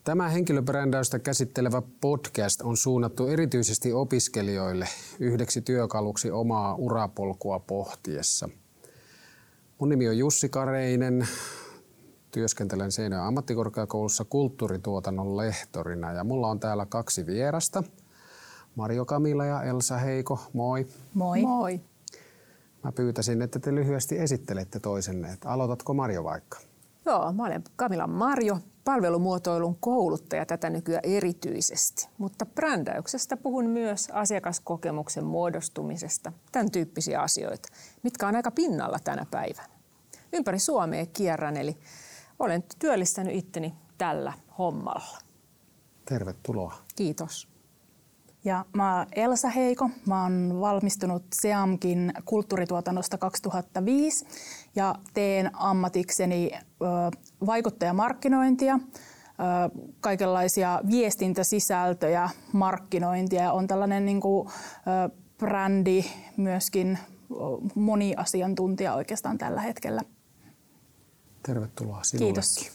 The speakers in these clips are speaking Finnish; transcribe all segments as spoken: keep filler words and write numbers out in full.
Tämä henkilöbrändäystä käsittelevä podcast on suunnattu erityisesti opiskelijoille yhdeksi työkaluksi omaa urapolkua pohtiessa. Mun nimi on Jussi Kareinen. Työskentelen Seinäjoen ammattikorkeakoulussa kulttuurituotannon lehtorina ja mulla on täällä kaksi vierasta. Marjo Kamila ja Elsa Heiko, moi. Moi. Moi. Mä pyytäisin, että te lyhyesti esittelette toisenne. Että aloitatko Marjo vaikka? Joo, mä olen Kamila Marjo, palvelumuotoilun kouluttaja tätä nykyään erityisesti. Mutta brändäyksestä puhun myös asiakaskokemuksen muodostumisesta, tämän tyyppisiä asioita, mitkä on aika pinnalla tänä päivänä. Ympäri Suomea kierrän, eli olen työllistänyt itteni tällä hommalla. Tervetuloa. Kiitos. Ja mä oon Elsa Heiko. Mä oon valmistunut SEAMKin kulttuurituotannosta kaksituhattaviisi ja teen ammatikseni ö, vaikuttajamarkkinointia, ö, kaikenlaisia viestintäsisältöjä, markkinointia. On tällainen niin kuin, ö, brändi, myöskin moniasiantuntija oikeastaan tällä hetkellä. Tervetuloa sinullekin. Kiitos.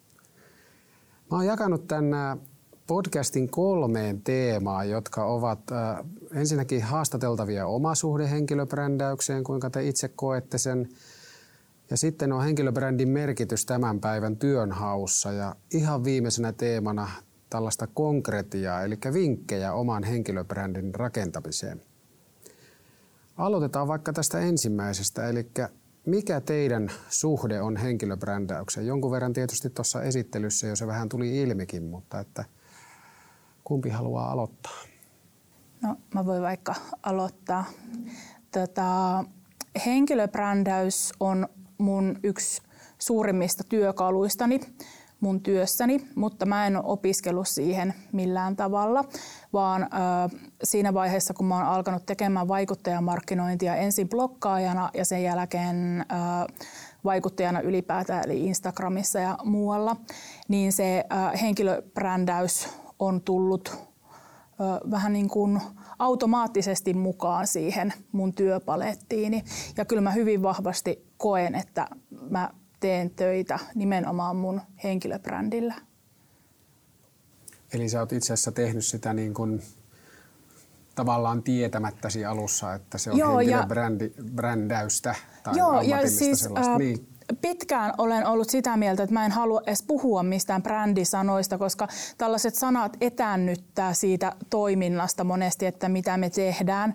Mä oon jakanut tämän podcastin kolmeen teemaan, jotka ovat äh, ensinnäkin haastateltavia omasuhdehenkilöbrändäykseen, kuinka te itse koette sen. Ja sitten on henkilöbrändin merkitys tämän päivän työnhaussa. Ja ihan viimeisenä teemana tällaista konkretiaa, eli vinkkejä oman henkilöbrändin rakentamiseen. Aloitetaan vaikka tästä ensimmäisestä, eli mikä teidän suhde on henkilöbrändäykseen? Jonkun verran tietysti tuossa esittelyssä jo se vähän tuli ilmikin, mutta että kumpi haluaa aloittaa? No, mä voin vaikka aloittaa. Tota, henkilöbrändäys on mun yksi suurimmista työkaluistani mun työssäni, mutta mä en ole opiskellut siihen millään tavalla, vaan ö, siinä vaiheessa, kun mä oon alkanut tekemään vaikuttajamarkkinointia ensin bloggaajana ja sen jälkeen ö, vaikuttajana ylipäätään, eli Instagramissa ja muualla, niin se ö, henkilöbrändäys on tullut ö, vähän niin kuin automaattisesti mukaan siihen mun työpalettiini. Ja kyllä mä hyvin vahvasti koen, että mä teen töitä nimenomaan mun henkilöbrändillä. Eli sä oot itse asiassa tehnyt sitä niin kuin tavallaan tietämättäsi alussa, että se on Joo, henkilöbrändäystä tai Joo, ammatillista ja siis, sellaista. Äh, niin. Pitkään olen ollut sitä mieltä, että mä en halua edes puhua mistään brändisanoista, koska tällaiset sanat etäännyttää siitä toiminnasta monesti, että mitä me tehdään.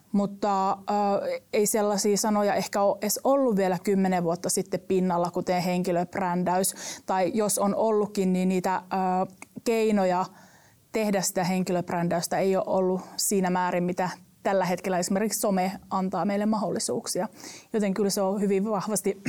Mutta äh, ei sellaisia sanoja ehkä ole edes ollut vielä kymmenen vuotta sitten pinnalla, kuten henkilöbrändäys. Tai jos on ollutkin, niin niitä äh, keinoja tehdä sitä henkilöbrändäystä ei ole ollut siinä määrin, mitä tällä hetkellä esimerkiksi some antaa meille mahdollisuuksia. Joten kyllä se on hyvin vahvasti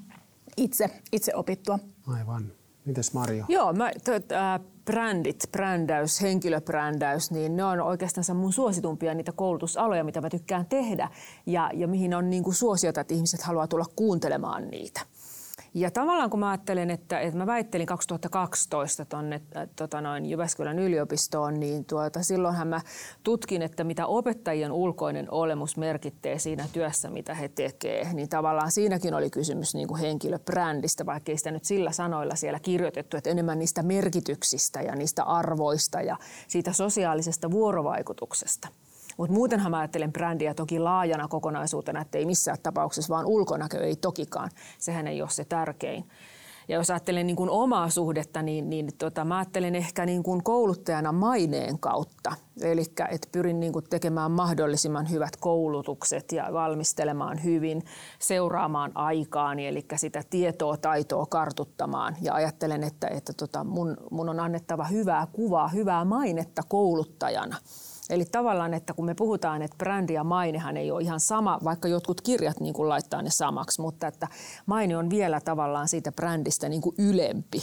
itse, itse opittua. Aivan. Mites Marjo? Joo, mä, t- äh, brändit, brändäys, henkilöbrändäys, niin ne on oikeastaan mun suositumpia niitä koulutusaloja, mitä mä tykkään tehdä ja, ja mihin on niin kuin suosiota, että ihmiset haluaa tulla kuuntelemaan niitä. Ja tavallaan kun mä ajattelen, että, että mä väittelin kaksituhattakaksitoista tuonne tota noin Jyväskylän yliopistoon, niin tuota, silloinhan mä tutkin, että mitä opettajien ulkoinen olemus merkittee siinä työssä, mitä he tekee. Niin tavallaan siinäkin oli kysymys niin kuin henkilöbrändistä, vaikka ei sitä nyt sillä sanoilla siellä kirjoitettu, että enemmän niistä merkityksistä ja niistä arvoista ja siitä sosiaalisesta vuorovaikutuksesta. Mutta muutenhan mä ajattelen brändiä toki laajana kokonaisuutena, että ei missään tapauksessa vaan ulkonäkö, ei tokikaan. Sehän ei ole se tärkein. Ja jos ajattelen niin kuin omaa suhdetta, niin, niin tota, mä ajattelen ehkä niin kuin kouluttajana maineen kautta. Eli että pyrin niin kuin tekemään mahdollisimman hyvät koulutukset ja valmistelemaan hyvin, seuraamaan aikaani, eli sitä tietoa, taitoa kartuttamaan. Ja ajattelen, että, että tota, mun, mun on annettava hyvää kuvaa, hyvää mainetta kouluttajana. Eli tavallaan, että kun me puhutaan, että brändi ja mainehan ei ole ihan sama, vaikka jotkut kirjat niin kuin laittaa ne samaksi, mutta että maine on vielä tavallaan siitä brändistä niin kuin ylempi.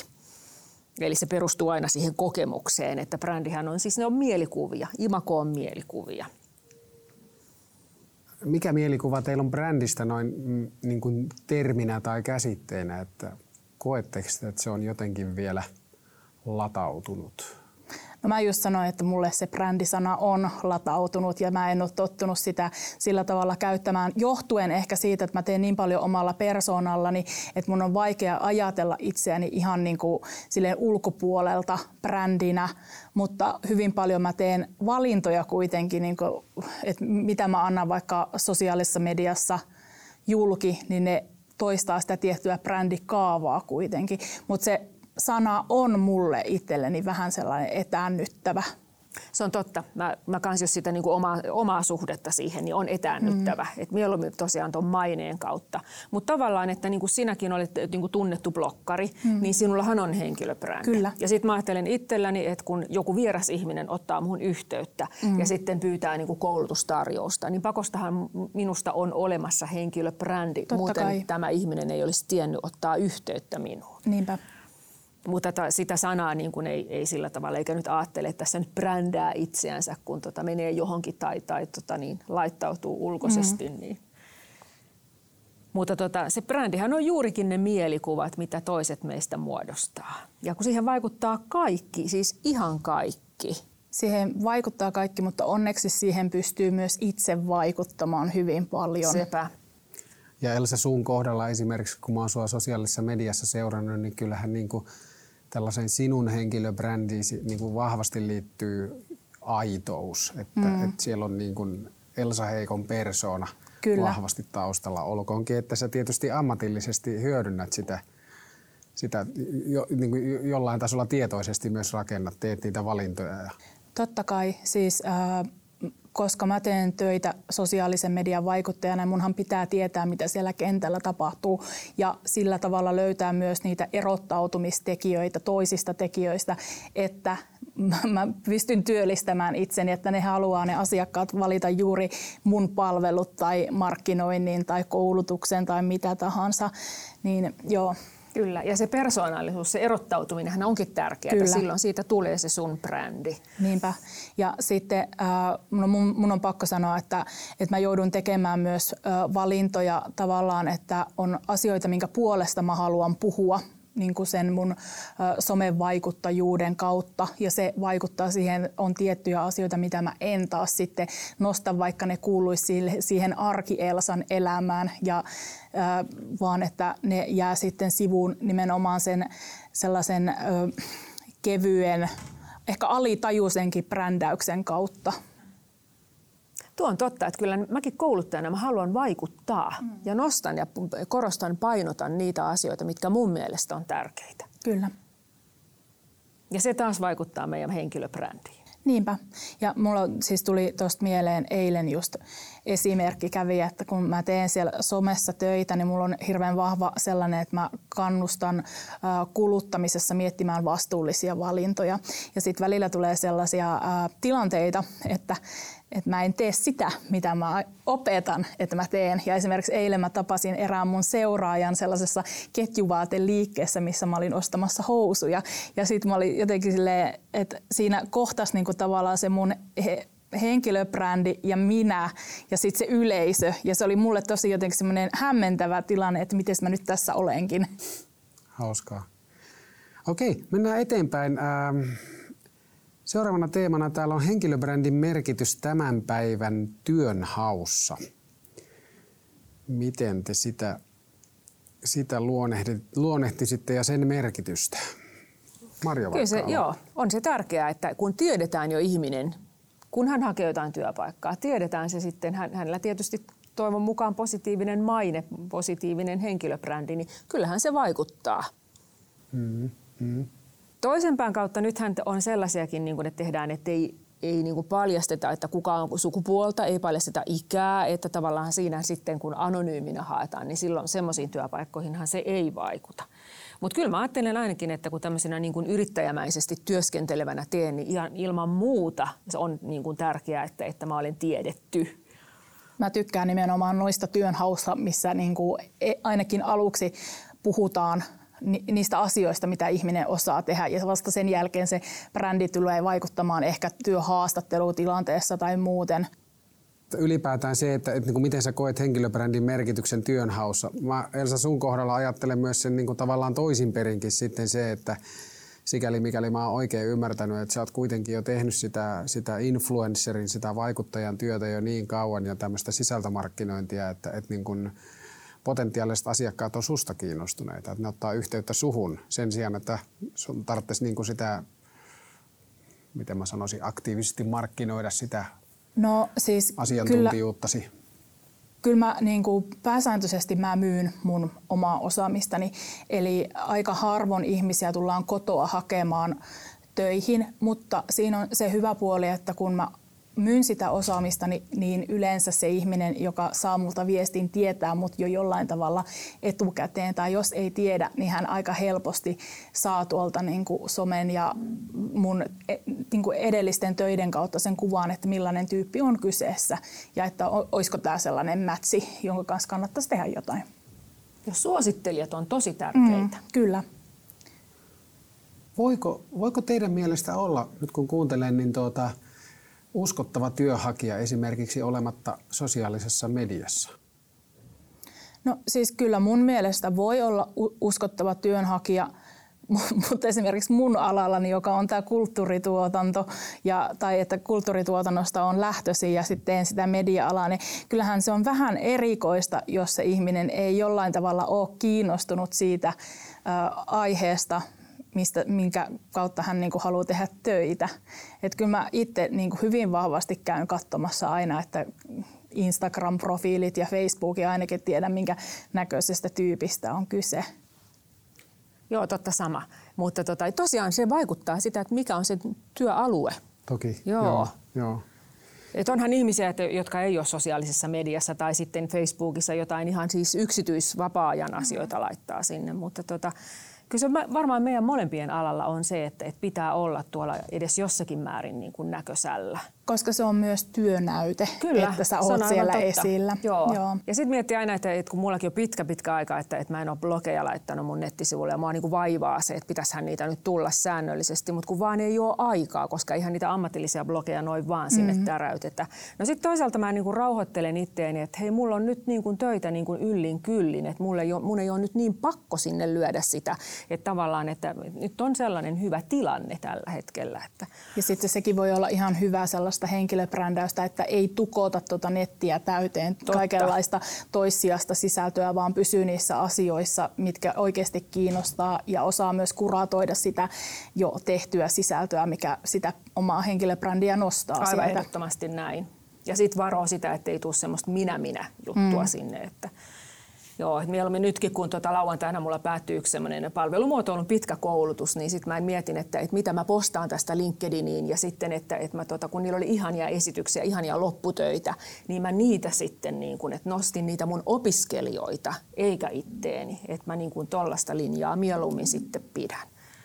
Eli se perustuu aina siihen kokemukseen, että brändihän on siis ne on mielikuvia, imago on mielikuvia. Mikä mielikuva teillä on brändistä noin niin kuin terminä tai käsitteenä, että koetteko, että se on jotenkin vielä latautunut? No mä just sanoin, että mulle se brändisana on latautunut ja mä en ole tottunut sitä sillä tavalla käyttämään johtuen ehkä siitä, että mä teen niin paljon omalla persoonallani, että mun on vaikea ajatella itseäni ihan niin kuin silleen ulkopuolelta brändinä, mutta hyvin paljon mä teen valintoja kuitenkin, niin kuin, että mitä mä annan vaikka sosiaalisessa mediassa julki, niin ne toistaa sitä tiettyä brändikaavaa kuitenkin, mutta se sana on mulle itselleni vähän sellainen etäännyttävä. Se on totta. Mä, mä kans jos sitä niin kuin omaa, omaa suhdetta siihen, niin on etäännyttävä. Mm. Et mieluummin tosiaan tuon maineen kautta. Mutta tavallaan, että niin kuin sinäkin olet niin kuin tunnettu blokkari, mm. niin sinullahan on henkilöbrändi. Kyllä. Ja sitten mä ajattelen itselläni, että kun joku vieras ihminen ottaa muhun yhteyttä mm. ja sitten pyytää niin kuin koulutustarjousta, niin pakostahan minusta on olemassa henkilöbrändi. Totta Muuten kai. Tämä ihminen ei olisi tiennyt ottaa yhteyttä minuun. Niinpä. Mutta sitä sanaa niin kuin ei, ei sillä tavalla, eikä nyt ajattele, että tässä nyt brändää itseänsä, kun tota menee johonkin tai, tai tota niin, laittautuu ulkoisesti. Mm. Niin. Mutta tota, se brändihän on juurikin ne mielikuvat, mitä toiset meistä muodostaa. Ja kun siihen vaikuttaa kaikki, siis ihan kaikki. Siihen vaikuttaa kaikki, mutta onneksi siihen pystyy myös itse vaikuttamaan hyvin paljon. Sepä. Ja Elsa, sun kohdalla esimerkiksi, kun mä oon sua sosiaalisessa mediassa seurannut, niin kyllähän niin kuin tällaisen sinun henkilöbrändiin niin kuin vahvasti liittyy aitous. Että, mm. että siellä on niin kuin Elsa Heikon persoona Kyllä. vahvasti taustalla. Olkoonkin, että sä tietysti ammatillisesti hyödynnät sitä, sitä jo, niin kuin jollain tasolla tietoisesti myös rakennat, teet niitä valintoja. Totta kai. Siis, äh, koska mä teen töitä sosiaalisen median vaikuttajana, munhan pitää tietää, mitä siellä kentällä tapahtuu ja sillä tavalla löytää myös niitä erottautumistekijöitä toisista tekijöistä, että mä pystyn työllistämään itseni, että ne haluaa ne asiakkaat valita juuri mun palvelut tai markkinoinnin tai koulutuksen tai mitä tahansa, niin joo. Kyllä, ja se persoonallisuus, se erottautuminen onkin tärkeää, että silloin siitä tulee se sun brändi. Niinpä. Ja sitten äh, mun, mun on pakko sanoa, että, että mä joudun tekemään myös äh, valintoja tavallaan, että on asioita, minkä puolesta mä haluan puhua niin kuin sen mun ö, somevaikuttajuuden kautta ja se vaikuttaa siihen, on tiettyjä asioita, mitä mä en taas sitten nosta, vaikka ne kuuluisi siihen, siihen arki-Elsan elämään, ja, ö, vaan että ne jää sitten sivuun nimenomaan sen sellaisen ö, kevyen, ehkä alitajuisenkin brändäyksen kautta. Tuo on totta, että kyllä mäkin kouluttajana mä haluan vaikuttaa mm. ja nostan ja korostan, painotan niitä asioita, mitkä mun mielestä on tärkeitä. Kyllä. Ja se taas vaikuttaa meidän henkilöbrändiin. Niinpä. Ja mulla siis tuli tuosta mieleen eilen just esimerkki kävi, että kun mä teen siellä somessa töitä, niin mulla on hirveän vahva sellainen, että mä kannustan kuluttamisessa miettimään vastuullisia valintoja. Ja sitten välillä tulee sellaisia tilanteita, että että mä en tee sitä, mitä mä opetan, että mä teen. Ja esimerkiksi eilen mä tapasin erään mun seuraajan sellaisessa ketjuvaateliikkeessä, missä mä olin ostamassa housuja. Ja sit mä olin jotenkin silleen, että siinä kohtasi niinku tavallaan se mun he, henkilöbrändi ja minä ja sitten se yleisö. Ja se oli mulle tosi jotenkin semmoinen hämmentävä tilanne, että miten mä nyt tässä olenkin. Hauskaa. Okei, mennään eteenpäin. Ähm... Seuraavana teemana täällä on henkilöbrändin merkitys tämän päivän työnhaussa. Miten te sitä, sitä luonnehtisitte ja sen merkitystä? Marjo, Kyllä se, joo, on se tärkeää, että kun tiedetään jo ihminen, kun hän hakee jotain työpaikkaa, tiedetään se sitten, hänellä tietysti toivon mukaan positiivinen maine, positiivinen henkilöbrändi, niin kyllähän se vaikuttaa. Mm, mm. Toisenpään kautta nythän on sellaisiakin, niin kuin, että tehdään, että ei, ei niin kuin paljasteta, että kuka on sukupuolta, ei paljasteta ikää, että tavallaan siinä sitten kun anonyyminä haetaan, niin silloin semmoisiin työpaikkoihinhan se ei vaikuta. Mutta kyllä mä ajattelen ainakin, että kun tämmöisenä niin kuin yrittäjämäisesti työskentelevänä teen, niin ihan ilman muuta se on niin kuin tärkeää, että, että mä olen tiedetty. Mä tykkään nimenomaan noista työnhaussa, missä niin kuin ainakin aluksi puhutaan niistä asioista, mitä ihminen osaa tehdä, ja vasta sen jälkeen se brändi tulee vaikuttamaan ehkä työhaastattelutilanteessa tai muuten. Ylipäätään se, että, että niin kuin miten sä koet henkilöbrändin merkityksen työnhaussa. Mä, Elsa, sun kohdalla ajattelen myös sen niin kuin tavallaan toisinperinkin sitten se, että sikäli mikäli mä oon oikein ymmärtänyt, että sä oot kuitenkin jo tehnyt sitä, sitä influencerin, sitä vaikuttajan työtä jo niin kauan ja tämmöistä sisältömarkkinointia, että, että niin kun potentiaaliset asiakkaat on susta kiinnostuneita, että ne ottaa yhteyttä suhun sen sijaan, että sun tarvitsisi niin kuin sitä, miten mä sanoisin, aktiivisesti markkinoida sitä no, siis asiantuntijuuttasi. Kyllä, kyllä mä niin kuin pääsääntöisesti mä myyn mun omaa osaamistani, eli aika harvoin ihmisiä tullaan kotoa hakemaan töihin, mutta siinä on se hyvä puoli, että kun mä myyn sitä osaamista, niin yleensä se ihminen, joka saa multa viestin, tietää mut jo jollain tavalla etukäteen. Tai jos ei tiedä, niin hän aika helposti saa tuolta niin kuin somen ja mun niin kuin edellisten töiden kautta sen kuvan, että millainen tyyppi on kyseessä. Ja että olisiko tämä sellainen mätsi, jonka kanssa kannattaisi tehdä jotain. Ja suosittelijat on tosi tärkeitä. Mm, kyllä. Voiko, voiko teidän mielestä olla, nyt kun kuuntelen, niin tuota, uskottava työnhakija esimerkiksi olematta sosiaalisessa mediassa? No siis kyllä mun mielestä voi olla uskottava työnhakija, mutta esimerkiksi mun alallani, joka on tämä kulttuurituotanto, ja, tai että kulttuurituotannosta on lähtöisin ja sitten teen sitä media-alaa, niin kyllähän se on vähän erikoista, jos se ihminen ei jollain tavalla ole kiinnostunut siitä ä, aiheesta, Mistä, minkä kautta hän niin kuin haluaa tehdä töitä. Et kyllä mä itse niin kuin hyvin vahvasti käyn katsomassa aina, että Instagram-profiilit ja Facebookin ainakin tiedän, minkä näköisestä tyypistä on kyse. Joo, totta sama. Mutta tota, tosiaan se vaikuttaa sitä, että mikä on se työalue. Toki, joo. joo, joo. Et onhan ihmisiä, jotka ei ole sosiaalisessa mediassa tai sitten Facebookissa jotain ihan siis yksityisvapaa-ajan asioita laittaa sinne, mutta tota, kyllä se varmaan meidän molempien alalla on se, että pitää olla tuolla edes jossakin määrin niin kuin näkösällä. Koska se on myös työnäyte, Kyllä, että sä oot siellä totta. esillä. Joo. Joo. Ja sitten miettii aina, että, että kun mullakin on pitkä pitkä aika, että, että mä en ole blogeja laittanut mun nettisivuille ja mua niin kuin vaivaa se, että pitäisihän niitä nyt tulla säännöllisesti, mutta kun vaan ei ole aikaa, koska ihan niitä ammatillisia blogeja noin vaan sinne mm-hmm. täräytetä. No sitten toisaalta mä niin kuin rauhoittelen itteeni, että hei, mulla on nyt niin kuin töitä niin kuin yllin kyllin, että mulla ei ole, mun ei ole nyt niin pakko sinne lyödä sitä, että tavallaan, että nyt on sellainen hyvä tilanne tällä hetkellä. Että ja sitten sekin voi olla ihan hyvä sellaista henkilöbrändäystä, että ei tukota tuota nettiä täyteen Totta. kaikenlaista toissijasta sisältöä, vaan pysyy niissä asioissa, mitkä oikeasti kiinnostaa ja osaa myös kuratoida sitä jo tehtyä sisältöä, mikä sitä omaa henkilöbrändiä nostaa. Aivan sieltä. Ehdottomasti näin. Ja sitten varoo sitä, ettei tule semmoista minä-minä-juttua mm. sinne, että joo, että mieluummin nytkin, kun tuota lauantaina mulla päättyy yksi semmoinen palvelumuotoilun pitkä koulutus, niin sitten mä mietin, että, että mitä mä postaan tästä LinkedIniin ja sitten, että, että mä tuota, kun niillä oli ihania esityksiä, ihania lopputöitä, niin mä niitä sitten, niin kun, että nostin niitä mun opiskelijoita eikä itteeni, että mä niin kun tollaista linjaa mieluummin sitten pidän.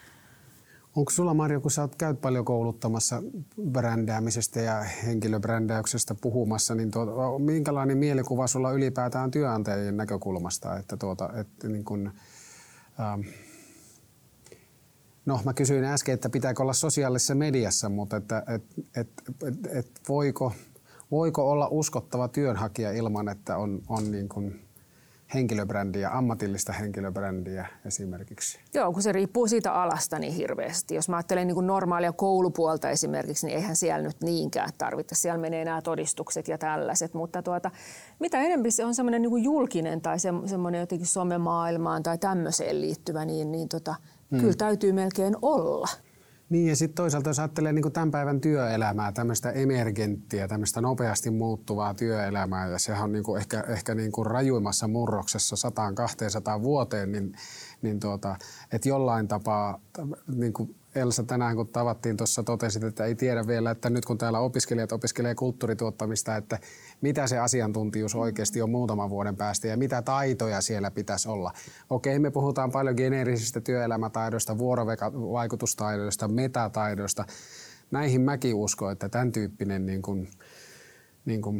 Onko sulla, Marjo, kun sä oot käyt paljon kouluttamassa brändäämisestä ja henkilöbrändäyksestä puhumassa, niin tuota, minkälainen mielikuva sulla ylipäätään työnantajien näkökulmasta? Että tuota, että niin kun, ähm, no, mä kysyin äsken, että pitääkö olla sosiaalisessa mediassa, mutta että, et, et, et, et voiko, voiko olla uskottava työnhakija ilman, että on, on niin kun henkilöbrändiä, ammatillista henkilöbrändiä esimerkiksi? Joo, kun se riippuu siitä alasta niin hirveästi. Jos mä ajattelen niin kuin normaalia koulupuolta esimerkiksi, niin eihän siellä nyt niinkään tarvita. Siellä menee nämä todistukset ja tällaiset, mutta tuota, mitä enemmän se on semmoinen niin kuin julkinen tai se, semmoinen jotenkin somemaailmaan tai tämmöiseen liittyvä, niin, niin tota, hmm. kyllä täytyy melkein olla. Niin ja sitten toisaalta jos ajattelee niin kuin tämän päivän työelämää, tämmöistä emergenttiä, tämmöistä nopeasti muuttuvaa työelämää ja sehän on niin kuin ehkä, ehkä niin kuin rajuimmassa murroksessa sataan kahteensataan vuoteen, niin, niin tuota, että jollain tapaa, niin kuin Elsa tänään kun tavattiin tuossa totesit, että ei tiedä vielä, että nyt kun täällä opiskelijat opiskelee kulttuurituottamista, että mitä se asiantuntijuus oikeasti on muutaman vuoden päästä ja mitä taitoja siellä pitäisi olla. Okei, me puhutaan paljon geneerisistä työelämätaidoista, vuorovaikutustaidoista, metataidoista. Näihin mäkin uskon, että tämän tyyppinen niin kuin, niin kuin,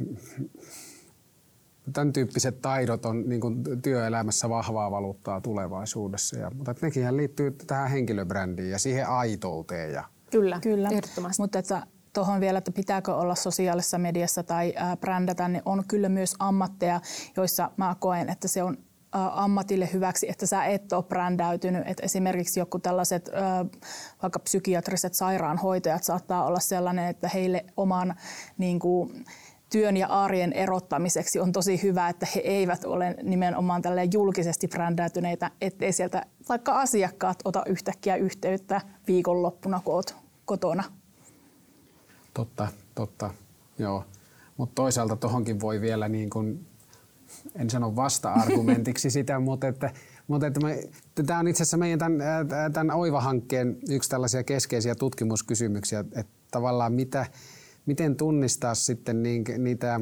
tämän tyyppiset taidot on niin kuin työelämässä vahvaa valuuttaa tulevaisuudessa. Ja, mutta nekin liittyy tähän henkilöbrändiin ja siihen aitouteen. Ja Kyllä, Kyllä. ehdottomasti. Mutta että tuohon vielä, että pitääkö olla sosiaalisessa mediassa tai ää, brändätä, niin on kyllä myös ammatteja, joissa mä koen, että se on ammatille hyväksi, että sä et ole brändäytynyt. Et esimerkiksi joku tällaiset vaikka psykiatriset sairaanhoitajat saattaa olla sellainen, että heille oman niin kuin, työn ja arjen erottamiseksi on tosi hyvä, että he eivät ole nimenomaan tälleen julkisesti brändäytyneitä, ettei sieltä vaikka asiakkaat ota yhtäkkiä yhteyttä viikonloppuna, kun oot kotona. Totta, totta, joo. Mutta toisaalta tuohonkin voi vielä, niin kun, en sano vasta-argumentiksi sitä, mutta että, mutta että tämä on itse asiassa meidän tämän, tämän Oiva-hankkeen yksi tällaisia keskeisiä tutkimuskysymyksiä, että tavallaan mitä, miten tunnistaa sitten niitä,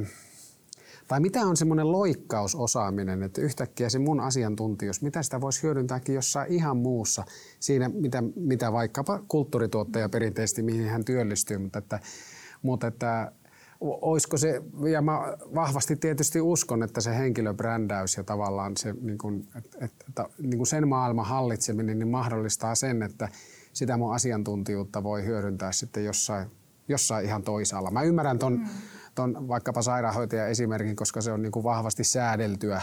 tai mitä on semmoinen loikkausosaaminen, että yhtäkkiä se mun asiantuntijuus, mitä sitä voisi hyödyntääkin jossain ihan muussa, siinä mitä, mitä vaikkapa kulttuurituottaja perinteisesti, mihin hän työllistyy, mutta että, mutta että olisiko se, ja mä vahvasti tietysti uskon, että se henkilöbrändäys ja tavallaan se, niin kuin, että, että, niin kuin sen maailman hallitseminen niin mahdollistaa sen, että sitä mun asiantuntijuutta voi hyödyntää sitten jossain, jossain ihan toisaalla. Mä ymmärrän ton, mm. ton vaikkapa sairaanhoitajan esimerkin, koska se on niin kuin vahvasti säädeltyä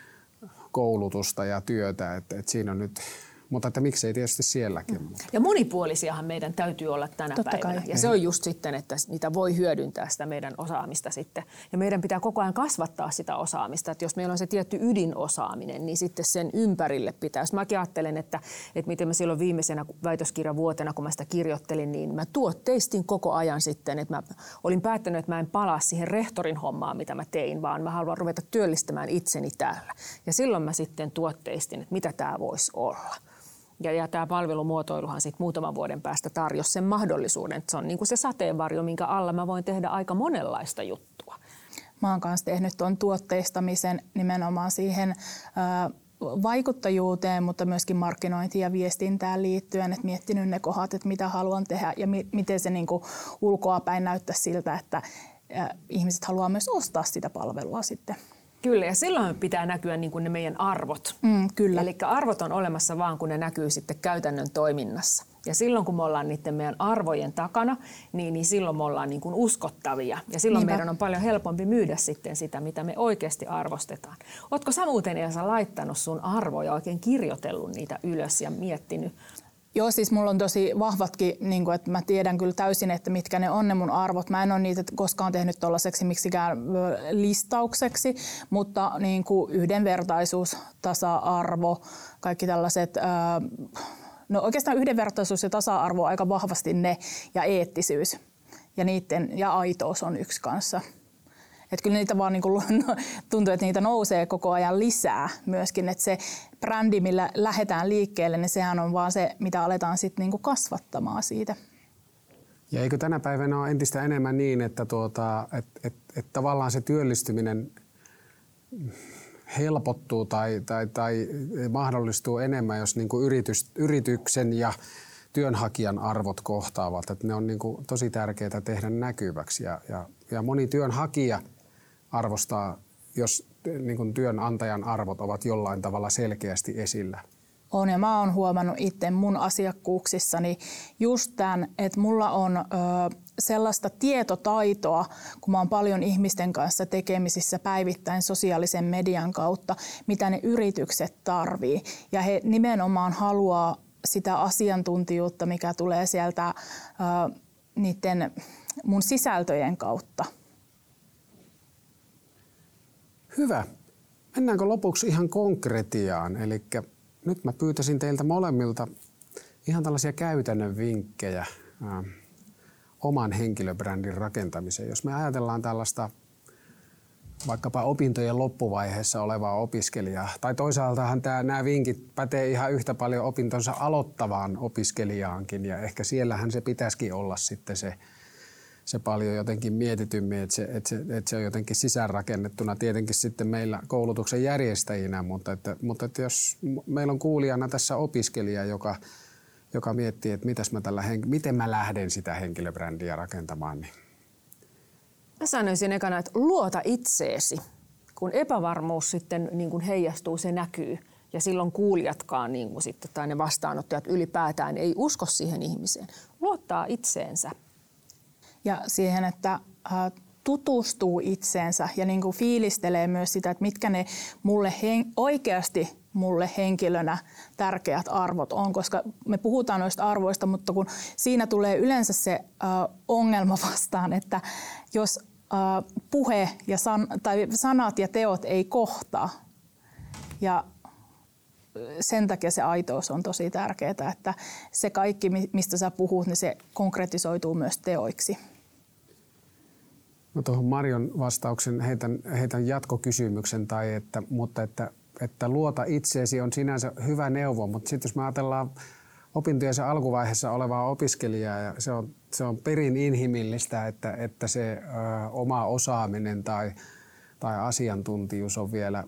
koulutusta ja työtä, että, että siinä on nyt. Mutta että miksei tietysti sielläkin. Mm. Ja monipuolisiahan meidän täytyy olla tänä Totta päivänä. Kai. Ja se on just sitten, että niitä voi hyödyntää sitä meidän osaamista sitten. Ja meidän pitää koko ajan kasvattaa sitä osaamista. Että jos meillä on se tietty ydinosaaminen, niin sitten sen ympärille pitää. Jos mäkin ajattelen, että, että miten mä silloin viimeisenä väitöskirjavuotena, kun mä sitä kirjoittelin, niin mä tuotteistin koko ajan sitten. Että mä olin päättänyt, että mä en palaa siihen rehtorin hommaan, mitä mä tein, vaan mä haluan ruveta työllistämään itseni täällä. Ja silloin mä sitten tuotteistin, että mitä tää voisi olla. Ja, ja tämä palvelumuotoiluhan sitten muutaman vuoden päästä tarjosi sen mahdollisuuden, että se on niin kuin se sateenvarjo, minkä alla mä voin tehdä aika monenlaista juttua. Mä oon kanssa tehnyt tuon tuotteistamisen nimenomaan siihen ää, vaikuttajuuteen, mutta myöskin markkinointiin ja viestintään liittyen, että miettinyt ne kohdat, että mitä haluan tehdä ja mi- miten se niin kuin ulkoapäin näyttää siltä, että ää, ihmiset haluaa myös ostaa sitä palvelua sitten. Kyllä, ja silloin pitää näkyä niin kuin ne meidän arvot. Mm, kyllä. Eli arvot on olemassa vaan, kun ne näkyy sitten käytännön toiminnassa. Ja silloin, kun me ollaan niiden meidän arvojen takana, niin, niin silloin me ollaan niin kuin uskottavia. Ja silloin Niinpä. Meidän on paljon helpompi myydä sitten sitä, mitä me oikeasti arvostetaan. Ootko sä muuten, Elsa, laittanut sun arvoja, oikein kirjoitellut niitä ylös ja miettinyt? Joo, siis mulla on tosi vahvatkin, niin kuin, että mä tiedän kyllä täysin, että mitkä ne on ne mun arvot. Mä en ole niitä koskaan tehnyt tuollaiseksi miksikään listaukseksi, mutta niin kuin yhdenvertaisuus, tasa-arvo, kaikki tällaiset, ää, no oikeastaan yhdenvertaisuus ja tasa-arvo on aika vahvasti ne ja eettisyys ja, niiden, ja aitous on yksi kanssa. Että kyllä niitä vaan niin kuin, tuntuu, että niitä nousee koko ajan lisää myöskin, että se brändi, millä lähdetään liikkeelle, niin sehän on vaan se, mitä aletaan sitten niin kuin kasvattamaan siitä. Ja eikö tänä päivänä ole entistä enemmän niin, että tuota, et, et, et tavallaan se työllistyminen helpottuu tai, tai, tai mahdollistuu enemmän, jos niin kuin yritys, yrityksen ja työnhakijan arvot kohtaavat. Että ne on niin kuin tosi tärkeää tehdä näkyväksi ja, ja, ja moni työnhakija arvostaa, jos niin kuin työnantajan arvot ovat jollain tavalla selkeästi esillä. On, ja mä oon huomannut itse mun asiakkuuksissani just tämän, että mulla on ö, sellaista tietotaitoa, kun mä oon paljon ihmisten kanssa tekemisissä päivittäin sosiaalisen median kautta, mitä ne yritykset tarvii. Ja he nimenomaan haluaa sitä asiantuntijuutta, mikä tulee sieltä ö, niiden mun sisältöjen kautta. Hyvä. Mennäänkö lopuksi ihan konkretiaan? Eli nyt mä pyytäisin teiltä molemmilta ihan tällaisia käytännön vinkkejä ää, oman henkilöbrändin rakentamiseen. Jos me ajatellaan tällaista vaikkapa opintojen loppuvaiheessa olevaa opiskelijaa, tai toisaaltahan tää, nämä vinkit pätee ihan yhtä paljon opintonsa aloittavaan opiskelijaankin, ja ehkä siellähän se pitäisikin olla sitten se se paljon jotenkin mietitymmin, että se, että, se, että se on jotenkin sisäänrakennettuna tietenkin sitten meillä koulutuksen järjestäjinä, mutta, että, mutta että jos meillä on kuulijana tässä opiskelija, joka, joka miettii, että mitäs mä tällä, miten mä lähden sitä henkilöbrändiä rakentamaan. Niin. Mä sanoisin ekana, että luota itseesi, kun epävarmuus sitten niin kuin heijastuu, se näkyy. Ja silloin kuulijatkaan niin kuin sitten, tai ne vastaanottajat ylipäätään ei usko siihen ihmiseen. Luottaa itseensä. Ja siihen, että äh, tutustuu itseensä ja niin kuin fiilistelee myös sitä, että mitkä ne mulle hen- oikeasti mulle henkilönä tärkeät arvot on, koska me puhutaan noista arvoista, mutta kun siinä tulee yleensä se äh, ongelma vastaan, että jos äh, puhe ja san- tai sanat ja teot ei kohtaa, ja sen takia se aitous on tosi tärkeää, että se kaikki, mistä sä puhut, niin se konkretisoituu myös teoiksi. No tuohon Marion vastauksen heitän, heitän jatkokysymyksen, tai että, mutta että, että luota itseesi on sinänsä hyvä neuvo, mutta sitten jos me ajatellaan opintojensa alkuvaiheessa olevaa opiskelijaa, ja se on, se on perin inhimillistä, että, että se ö, oma osaaminen tai, tai asiantuntijuus on vielä,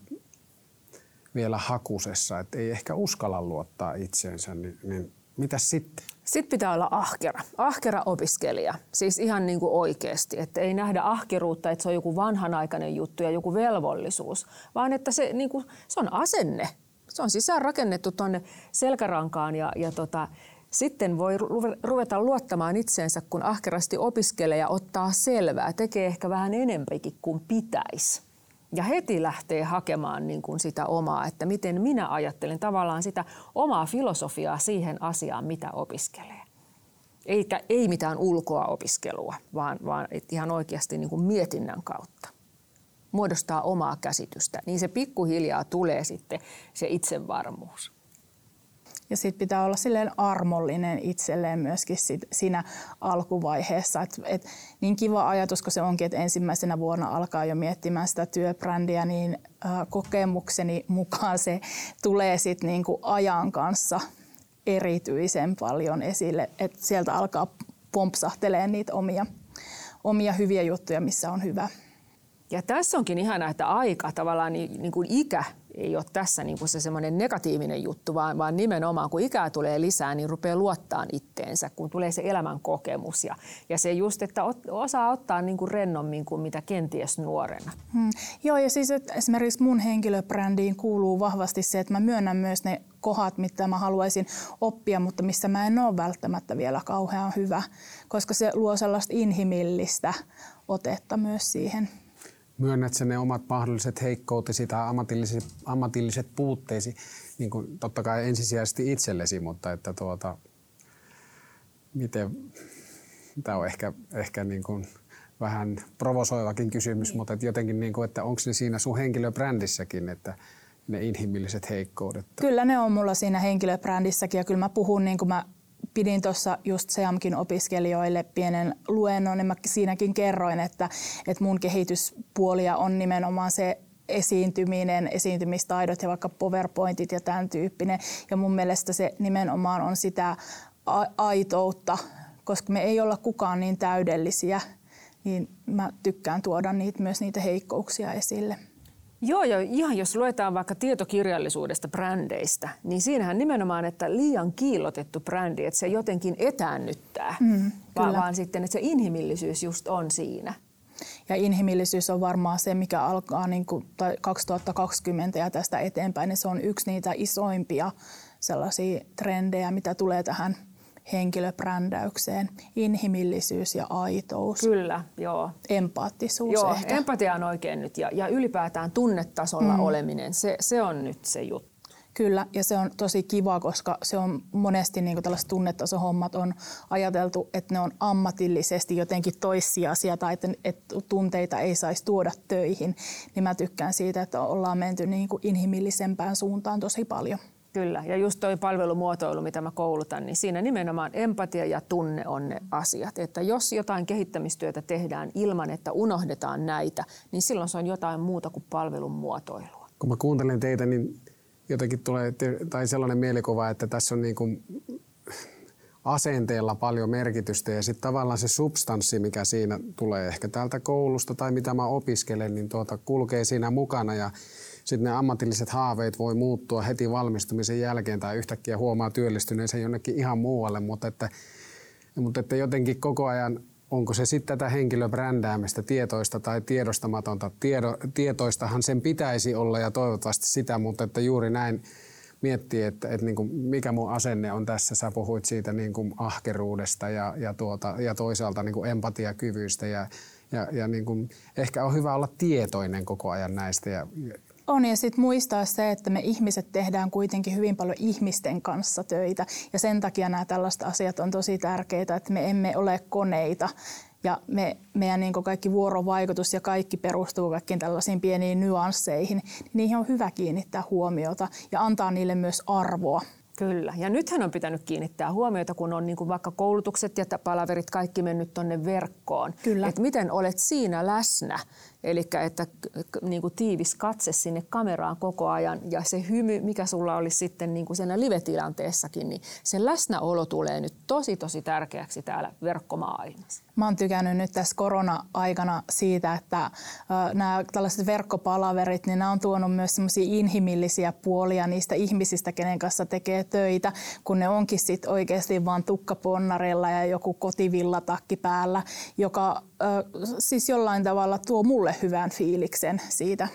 vielä hakusessa, että ei ehkä uskalla luottaa itseensä, niin, niin mitäs sitten? Sitten pitää olla ahkera. Ahkera opiskelija. Siis ihan niin kuin oikeasti. Että ei nähdä ahkeruutta, että se on joku vanhanaikainen juttu ja joku velvollisuus, vaan että se, niin kuin, se on asenne. Se on sisään rakennettu tuonne selkärankaan ja, ja tota, sitten voi ruveta luottamaan itseensä, kun ahkerasti opiskelee ja ottaa selvää. Tekee ehkä vähän enempikin kuin pitäisi. Ja heti lähtee hakemaan niin kuin sitä omaa, että miten minä ajattelen tavallaan sitä omaa filosofiaa siihen asiaan, mitä opiskelee. Eikä, ei mitään ulkoa opiskelua, vaan, vaan ihan oikeasti niin kuin mietinnän kautta. Muodostaa omaa käsitystä, niin se pikkuhiljaa tulee sitten se itsevarmuus. Ja sitten pitää olla silleen armollinen itselleen myöskin sit siinä alkuvaiheessa. Et, et, niin kiva ajatus, kun se onkin, että ensimmäisenä vuonna alkaa jo miettimään sitä työbrändiä, niin ä, kokemukseni mukaan se tulee sitten niinku ajan kanssa erityisen paljon esille. Et sieltä alkaa pompsahtelemaan niitä omia, omia hyviä juttuja, missä on hyvä. Ja tässä onkin ihanaa, että aika, tavallaan niin, niin kuin ikä ei ole tässä niin kuin se semmoinen negatiivinen juttu, vaan, vaan nimenomaan kun ikää tulee lisää, niin rupeaa luottaa itteensä, kun tulee se elämän kokemus. Ja, ja se just, että ot, osaa ottaa niin kuin rennommin kuin mitä kenties nuorena. Hmm. Joo, ja siis että esimerkiksi mun henkilöbrändiin kuuluu vahvasti se, että mä myönnän myös ne kohdat, mitä mä haluaisin oppia, mutta missä mä en ole välttämättä vielä kauhean hyvä, koska se luo sellaista inhimillistä otetta myös siihen. Myönnätkö ne omat mahdolliset heikkoutesi tai ammatilliset, ammatilliset puutteesi, niin kuin totta kai ensisijaisesti itsellesi, mutta että tuota, miten, tämä on ehkä, ehkä niin kuin vähän provosoivakin kysymys, niin. Mutta että jotenkin, niin kuin, että onko ne siinä sun henkilöbrändissäkin, että ne inhimilliset heikkoudet? Kyllä ne on mulla siinä henkilöbrändissäkin ja kyllä mä puhun niin kuin mä pidin tuossa just SEAMKin opiskelijoille pienen luennon, niin mä siinäkin kerroin, että, että mun kehityspuolia on nimenomaan se esiintyminen, esiintymistaidot ja vaikka PowerPointit ja tämän tyyppinen. Ja mun mielestä se nimenomaan on sitä aitoutta, koska me ei olla kukaan niin täydellisiä, niin mä tykkään tuoda niitä, myös niitä heikkouksia esille. Joo, ja ihan jos luetaan vaikka tietokirjallisuudesta brändeistä, niin siinähän nimenomaan, että liian kiillotettu brändi, että se jotenkin etäännyttää, mm, vaan, vaan sitten, että se inhimillisyys just on siinä. Ja inhimillisyys on varmaan se, mikä alkaa niin kuin kaksituhattakaksikymmentä ja tästä eteenpäin, niin se on yksi niitä isoimpia sellaisia trendejä, mitä tulee tähän henkilöbrändäykseen. Inhimillisyys ja aitous. Kyllä, joo. Empaattisuus joo, ehkä. Empatia on oikein nyt ja, ja ylipäätään tunnetasolla mm. oleminen, se, se on nyt se juttu. Kyllä, ja se on tosi kiva, koska se on monesti niin kuin tällaiset tunnetasohommat on ajateltu, että ne on ammatillisesti jotenkin toissijaisia tai että, että tunteita ei saisi tuoda töihin. Niin mä tykkään siitä, että ollaan menty niin kuin inhimillisempään suuntaan tosi paljon. Kyllä, ja just toi palvelumuotoilu, mitä mä koulutan, niin siinä nimenomaan empatia ja tunne on ne asiat. Että jos jotain kehittämistyötä tehdään ilman, että unohdetaan näitä, niin silloin se on jotain muuta kuin palvelun muotoilua. Kun mä kuuntelen teitä, niin jotenkin tulee tai sellainen mielikuva, että tässä on niin kuin asenteella paljon merkitystä ja sitten tavallaan se substanssi, mikä siinä tulee ehkä täältä koulusta tai mitä mä opiskelen, niin tuota kulkee siinä mukana ja sitten ne ammatilliset haaveet voi muuttua heti valmistumisen jälkeen tai yhtäkkiä huomaa työllistyneensä jonnekin ihan muualle, mutta että, mutta että jotenkin koko ajan, onko se sitten tätä henkilöbrändäämistä tietoista tai tiedostamatonta, Tiedo, tietoistahan sen pitäisi olla ja toivottavasti sitä, mutta että juuri näin miettii, että, että niin kuin mikä mun asenne on tässä. Sä puhuit siitä niin kuin ahkeruudesta ja, ja, tuota, ja toisaalta niin kuin empatiakyvystä ja, Ja, ja niin kuin, ehkä on hyvä olla tietoinen koko ajan näistä. Ja, On, ja sitten muistaa se, että me ihmiset tehdään kuitenkin hyvin paljon ihmisten kanssa töitä. Ja sen takia nämä tällaiset asiat on tosi tärkeitä, että me emme ole koneita. Ja me, meidän niin kaikki vuorovaikutus ja kaikki perustuu kaikkiin tällaisiin pieniin nyansseihin. Niihin on hyvä kiinnittää huomiota ja antaa niille myös arvoa. Kyllä. Ja nythän on pitänyt kiinnittää huomiota, kun on niin kuin vaikka koulutukset ja palaverit kaikki mennyt tuonne verkkoon. Kyllä. Että miten olet siinä läsnä. Eli että niin kuin tiivis katse sinne kameraan koko ajan ja se hymy, mikä sulla olisi sitten niin kuin siinä live-tilanteessakin, niin se läsnäolo tulee nyt tosi tosi tärkeäksi täällä verkkomaailmassa. Mä oon tykännyt nyt tässä korona-aikana siitä, että nämä tällaiset verkkopalaverit, niin nämä on tuonut myös semmoisia inhimillisiä puolia niistä ihmisistä, kenen kanssa tekee töitä, kun ne onkin sitten oikeasti vaan tukkaponnarilla ja joku kotivillatakki päällä, joka siis jollain tavalla tuo mulle hyvän fiiliksen siitä.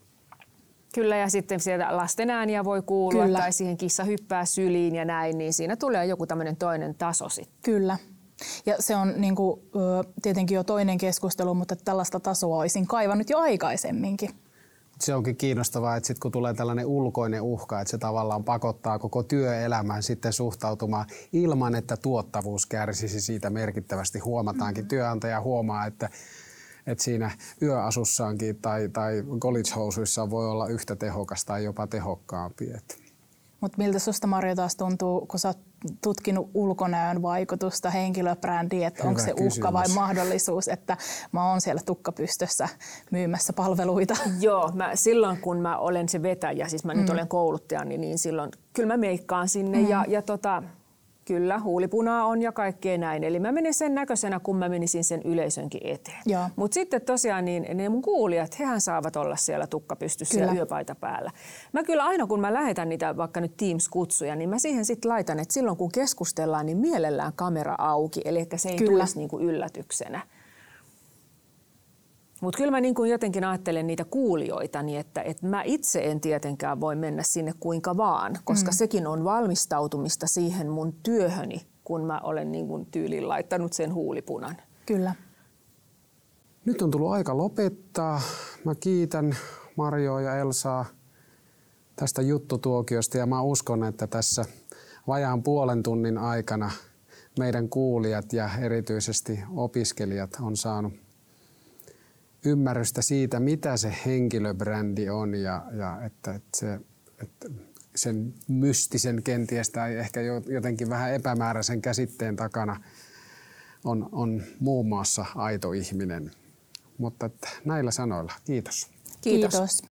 Kyllä, ja sitten sieltä lasten ääniä voi kuulua. Kyllä. Tai siihen kissa hyppää syliin ja näin, niin siinä tulee joku tämmöinen toinen taso sitten. Kyllä. Ja se on niin kuin, tietenkin jo toinen keskustelu, mutta tällaista tasoa olisin kaivannut jo aikaisemminkin. Se onkin kiinnostavaa, että sit kun tulee tällainen ulkoinen uhka, että se tavallaan pakottaa koko työelämän sitten suhtautumaan ilman, että tuottavuus kärsisi siitä merkittävästi. Huomataankin, mm-hmm. työnantaja huomaa, että, että siinä yöasussaankin tai, tai college-housuissa voi olla yhtä tehokas tai jopa tehokkaampi. Mutta miltä susta, Marjo, taas tuntuu, kun sä oot tutkinut ulkonäön vaikutusta henkilöbrändiin, että onko se kysymys. Uhka vai mahdollisuus, että mä oon siellä tukkapystössä myymässä palveluita? Joo, mä, silloin kun mä olen se vetäjä, siis mä mm. nyt olen kouluttaja, niin, niin silloin kyllä mä meikkaan sinne mm. ja, ja tota, kyllä huulipunaa on ja kaikkea näin. Eli mä menen sen näköisenä, kun mä menisin sen yleisönkin eteen. Mutta sitten tosiaan niin ne mun kuulijat, hehän saavat olla siellä tukkapystyssä ja yöpaita päällä. Mä kyllä aina kun mä lähetän niitä vaikka nyt Teams-kutsuja, niin mä siihen sitten laitan, että silloin kun keskustellaan, niin mielellään kamera auki. Eli se ei kyllä. tulisi niinku yllätyksenä. Mutta kyllä mä niin kuin jotenkin ajattelen niitä kuulijoita, niin että, että mä itse en tietenkään voi mennä sinne kuinka vaan, koska mm. sekin on valmistautumista siihen mun työhöni, kun mä olen niin kuin tyyliin laittanut sen huulipunan. Kyllä. Nyt on tullut aika lopettaa. Mä kiitän Marjoa ja Elsaa tästä juttutuokiosta ja mä uskon, että tässä vajaan puolen tunnin aikana meidän kuulijat ja erityisesti opiskelijat on saanut ymmärrystä siitä, mitä se henkilöbrändi on ja, ja että, että, se, että sen mystisen kenties tai ehkä jotenkin vähän epämääräisen käsitteen takana on, on muun muassa aito ihminen. Mutta että näillä sanoilla kiitos. Kiitos. Kiitos.